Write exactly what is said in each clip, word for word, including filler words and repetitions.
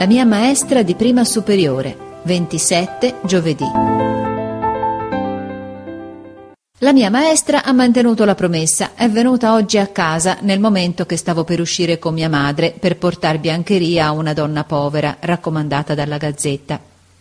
La mia maestra di prima superiore, ventisette, giovedì. La mia maestra ha mantenuto la promessa, è venuta oggi a casa nel momento che stavo per uscire con mia madre per portar biancheria a una donna povera, raccomandata dalla Gazzetta.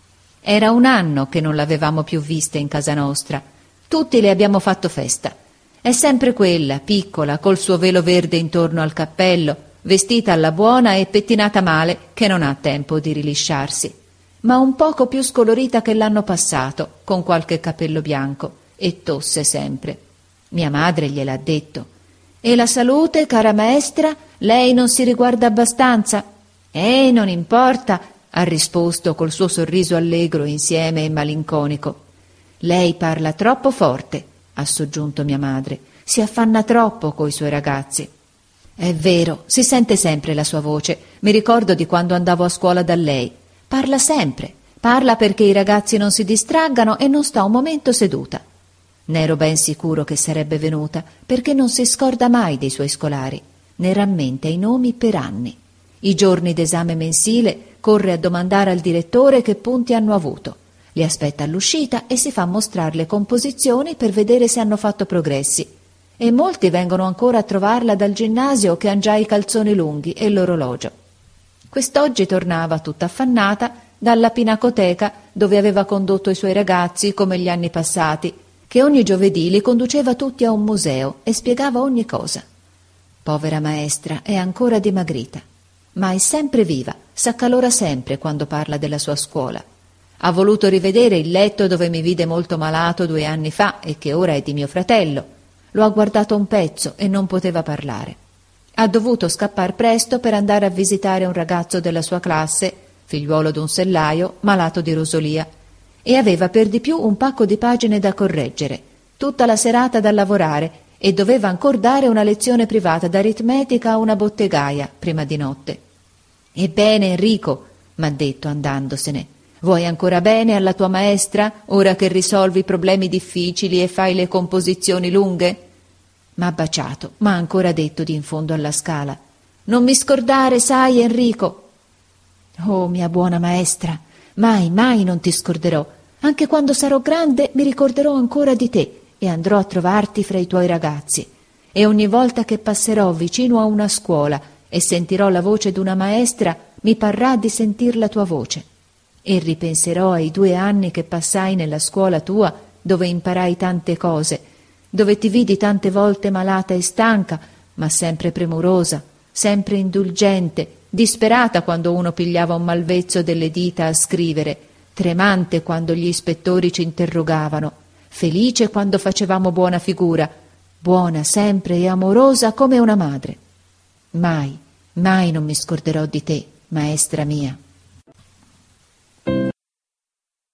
Era un anno che non l'avevamo più vista in casa nostra. Tutti le abbiamo fatto festa. È sempre quella, piccola, col suo velo verde intorno al cappello, vestita alla buona e pettinata male, che non ha tempo di rilisciarsi, ma un poco più scolorita che l'anno passato, con qualche capello bianco, e tosse sempre. Mia madre gliel'ha detto. «E la salute, cara maestra? Lei non si riguarda abbastanza?» «Eh, non importa», ha risposto col suo sorriso allegro insieme e malinconico. «Lei parla troppo forte», ha soggiunto mia madre, «si affanna troppo coi suoi ragazzi». È vero, si sente sempre la sua voce. Mi ricordo di quando andavo a scuola da lei. Parla sempre, parla perché i ragazzi non si distraggano e non sta un momento seduta. Ne ero ben sicuro che sarebbe venuta, perché non si scorda mai dei suoi scolari, ne rammenta i nomi per anni. I giorni d'esame mensile corre a domandare al direttore che punti hanno avuto. Li aspetta all'uscita e si fa mostrare le composizioni per vedere se hanno fatto progressi. E molti vengono ancora a trovarla dal ginnasio che han già i calzoni lunghi e l'orologio. Quest'oggi tornava tutta affannata dalla pinacoteca dove aveva condotto i suoi ragazzi come gli anni passati, che ogni giovedì li conduceva tutti a un museo e spiegava ogni cosa. Povera maestra, è ancora dimagrita, ma è sempre viva, s'accalora sempre quando parla della sua scuola. Ha voluto rivedere il letto dove mi vide molto malato due anni fa e che ora è di mio fratello. Lo ha guardato un pezzo e non poteva parlare. Ha dovuto scappar presto per andare a visitare un ragazzo della sua classe, figliuolo d'un sellaio, malato di rosolia, e aveva per di più un pacco di pagine da correggere, tutta la serata da lavorare, e doveva ancor dare una lezione privata d'aritmetica a una bottegaia prima di notte. «Ebbene, Enrico», m'ha detto andandosene, «vuoi ancora bene alla tua maestra, ora che risolvi problemi difficili e fai le composizioni lunghe?» M'ha baciato, ma ha ancora detto di in fondo alla scala: «Non mi scordare, sai, Enrico!» «Oh, mia buona maestra, mai, mai non ti scorderò. Anche quando sarò grande mi ricorderò ancora di te e andrò a trovarti fra i tuoi ragazzi. E ogni volta che passerò vicino a una scuola e sentirò la voce d'una maestra, mi parrà di sentir la tua voce. E ripenserò ai due anni che passai nella scuola tua, dove imparai tante cose, dove ti vidi tante volte malata e stanca, ma sempre premurosa, sempre indulgente, disperata quando uno pigliava un malvezzo delle dita a scrivere, tremante quando gli ispettori ci interrogavano, felice quando facevamo buona figura, buona sempre e amorosa come una madre. Mai, mai non mi scorderò di te, maestra mia».